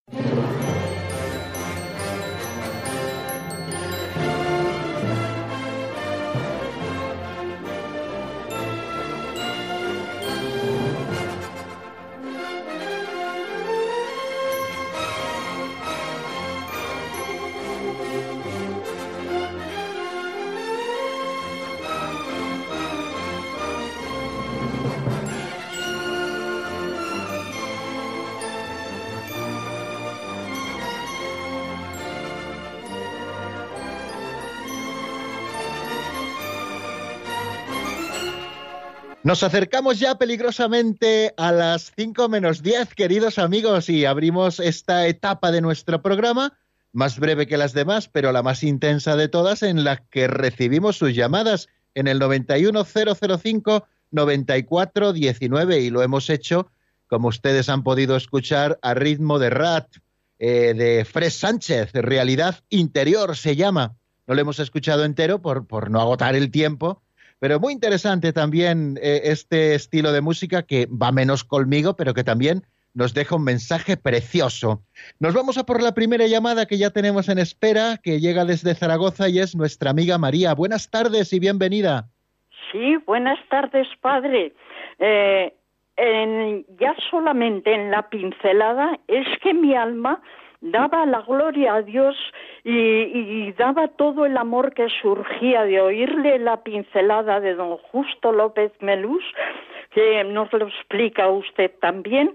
Nos acercamos ya peligrosamente a las cinco menos diez, queridos amigos, y abrimos esta etapa de nuestro programa, más breve que las demás, pero la más intensa de todas, en la que recibimos sus llamadas en el noventa y uno cero cero cinco noventa y cuatro diecinueve, y lo hemos hecho, como ustedes han podido escuchar, a ritmo de Rat, eh, de Fred Sánchez, Realidad Interior se llama. No lo hemos escuchado entero por, por no agotar el tiempo, pero muy interesante también eh, este estilo de música que va menos conmigo, pero que también nos deja un mensaje precioso. Nos vamos a por la primera llamada que ya tenemos en espera, que llega desde Zaragoza y es nuestra amiga María. Buenas tardes y bienvenida. Sí, buenas tardes, padre. Eh, en, ya solamente en la pincelada es que mi alma daba la gloria a Dios y, y daba todo el amor que surgía de oírle la pincelada de don Justo López Melús, que nos lo explica usted también,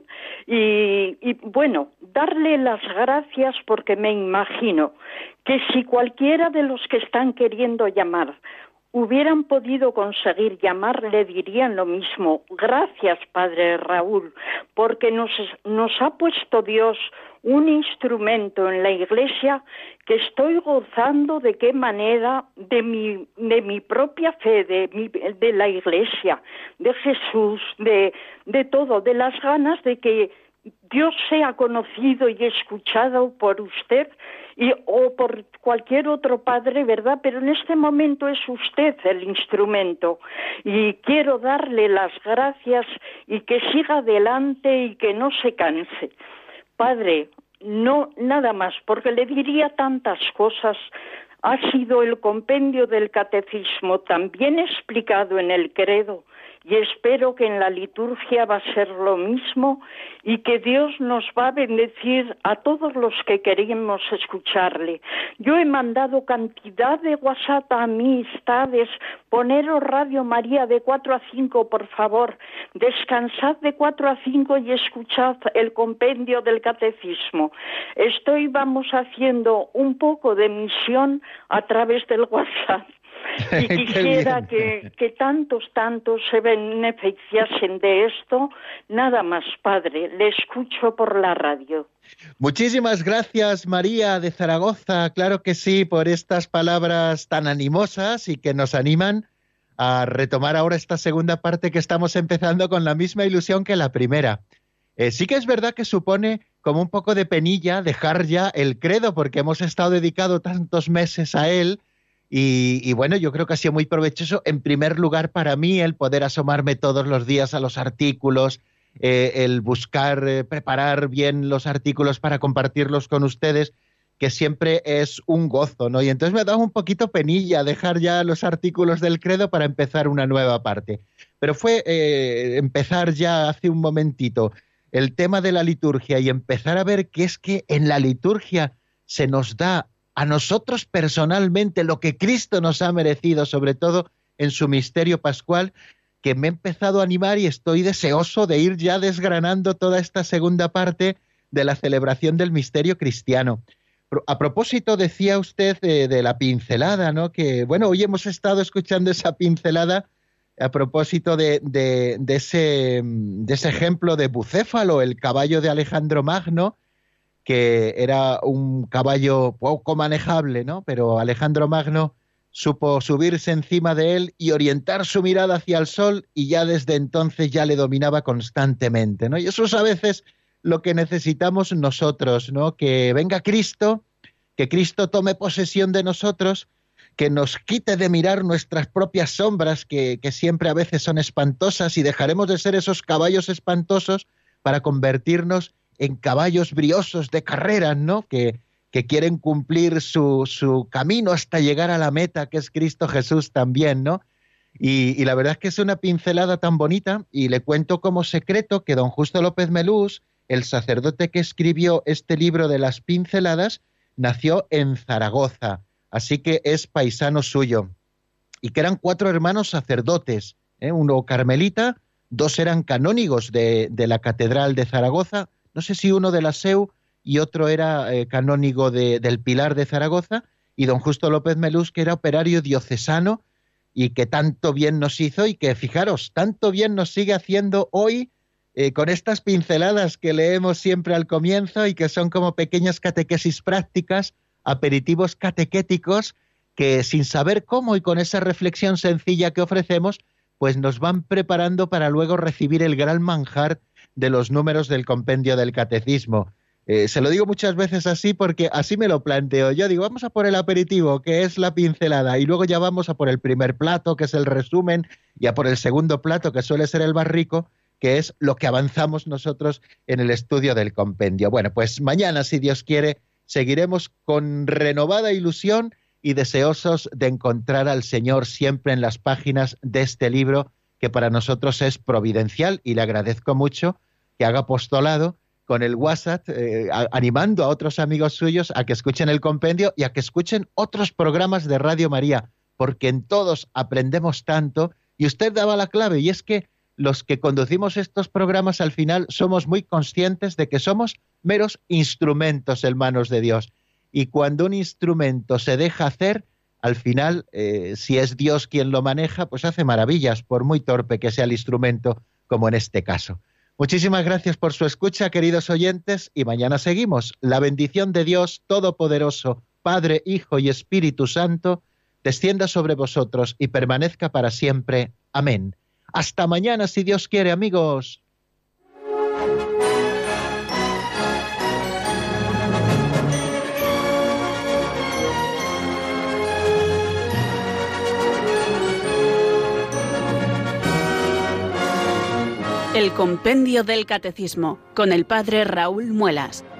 y, y bueno, darle las gracias porque me imagino que si cualquiera de los que están queriendo llamar hubieran podido conseguir llamar, le dirían lo mismo. Gracias, padre Raúl, porque nos, nos ha puesto Dios un instrumento en la Iglesia que estoy gozando de qué manera de mi de mi propia fe, de mi, de la Iglesia, de Jesús, de de todo, de las ganas de que Dios sea conocido y escuchado por usted y o por cualquier otro padre, ¿verdad? Pero en este momento es usted el instrumento y quiero darle las gracias y que siga adelante y que no se canse. Padre, no nada más, porque le diría tantas cosas. Ha sido el compendio del catecismo también explicado en el credo y espero que en la liturgia va a ser lo mismo y que Dios nos va a bendecir a todos los que queremos escucharle. Yo he mandado cantidad de WhatsApp a amistades, poneros Radio María de cuatro a cinco, por favor, descansad de cuatro a cinco y escuchad el compendio del catecismo. Estoy, vamos, haciendo un poco de misión a través del WhatsApp. Y quisiera que, que tantos, tantos se beneficiasen de esto. Nada más, padre, le escucho por la radio. Muchísimas gracias, María de Zaragoza, claro que sí, por estas palabras tan animosas y que nos animan a retomar ahora esta segunda parte que estamos empezando con la misma ilusión que la primera. Eh, sí que es verdad que supone como un poco de penilla dejar ya el credo, porque hemos estado dedicado tantos meses a él. Y, y bueno, yo creo que ha sido muy provechoso, en primer lugar para mí, el poder asomarme todos los días a los artículos, eh, el buscar, eh, preparar bien los artículos para compartirlos con ustedes, que siempre es un gozo, ¿no? Y entonces me ha dado un poquito penilla dejar ya los artículos del credo para empezar una nueva parte. Pero fue eh, empezar ya hace un momentito el tema de la liturgia y empezar a ver que es que en la liturgia se nos da a nosotros personalmente lo que Cristo nos ha merecido, sobre todo en su misterio pascual, que me he empezado a animar y estoy deseoso de ir ya desgranando toda esta segunda parte de la celebración del misterio cristiano. A propósito, decía usted de, de la pincelada, ¿no? Que, bueno, hoy hemos estado escuchando esa pincelada a propósito de, de, de, ese, de ese ejemplo de Bucéfalo, el caballo de Alejandro Magno, que era un caballo poco manejable, ¿no? Pero Alejandro Magno supo subirse encima de él y orientar su mirada hacia el sol y ya desde entonces ya le dominaba constantemente, ¿no? Y eso es a veces lo que necesitamos nosotros, ¿no? Que venga Cristo, que Cristo tome posesión de nosotros, que nos quite de mirar nuestras propias sombras, que, que siempre a veces son espantosas, y dejaremos de ser esos caballos espantosos para convertirnos en caballos briosos de carreras, ¿no? Que, que quieren cumplir su, su camino hasta llegar a la meta, que es Cristo Jesús también, ¿no? Y, y la verdad es que es una pincelada tan bonita, y le cuento como secreto que don Justo López Melús, el sacerdote que escribió este libro de las pinceladas, nació en Zaragoza, así que es paisano suyo, y que eran cuatro hermanos sacerdotes, ¿eh? Uno carmelita, dos eran canónigos de, de la Catedral de Zaragoza, no sé si uno de la S E U y otro era eh, canónigo de, del Pilar de Zaragoza, y don Justo López Melús, que era operario diocesano y que tanto bien nos hizo y que, fijaros, tanto bien nos sigue haciendo hoy eh, con estas pinceladas que leemos siempre al comienzo y que son como pequeñas catequesis prácticas, aperitivos catequéticos, que sin saber cómo y con esa reflexión sencilla que ofrecemos, pues nos van preparando para luego recibir el gran manjar de los números del compendio del catecismo. Eh, se lo digo muchas veces así porque así me lo planteo. Yo digo, vamos a por el aperitivo, que es la pincelada, y luego ya vamos a por el primer plato, que es el resumen, y a por el segundo plato, que suele ser el barrico, que es lo que avanzamos nosotros en el estudio del compendio. Bueno, pues mañana, si Dios quiere, seguiremos con renovada ilusión y deseosos de encontrar al Señor siempre en las páginas de este libro, que para nosotros es providencial, y le agradezco mucho que haga apostolado con el WhatsApp, eh, a, animando a otros amigos suyos a que escuchen el compendio y a que escuchen otros programas de Radio María, porque en todos aprendemos tanto, y usted daba la clave, y es que los que conducimos estos programas al final somos muy conscientes de que somos meros instrumentos en manos de Dios, y cuando un instrumento se deja hacer, al final, eh, si es Dios quien lo maneja, pues hace maravillas, por muy torpe que sea el instrumento, como en este caso. Muchísimas gracias por su escucha, queridos oyentes, y mañana seguimos. La bendición de Dios Todopoderoso, Padre, Hijo y Espíritu Santo, descienda sobre vosotros y permanezca para siempre. Amén. Hasta mañana, si Dios quiere, amigos. El Compendio del Catecismo, con el Padre Raúl Muelas.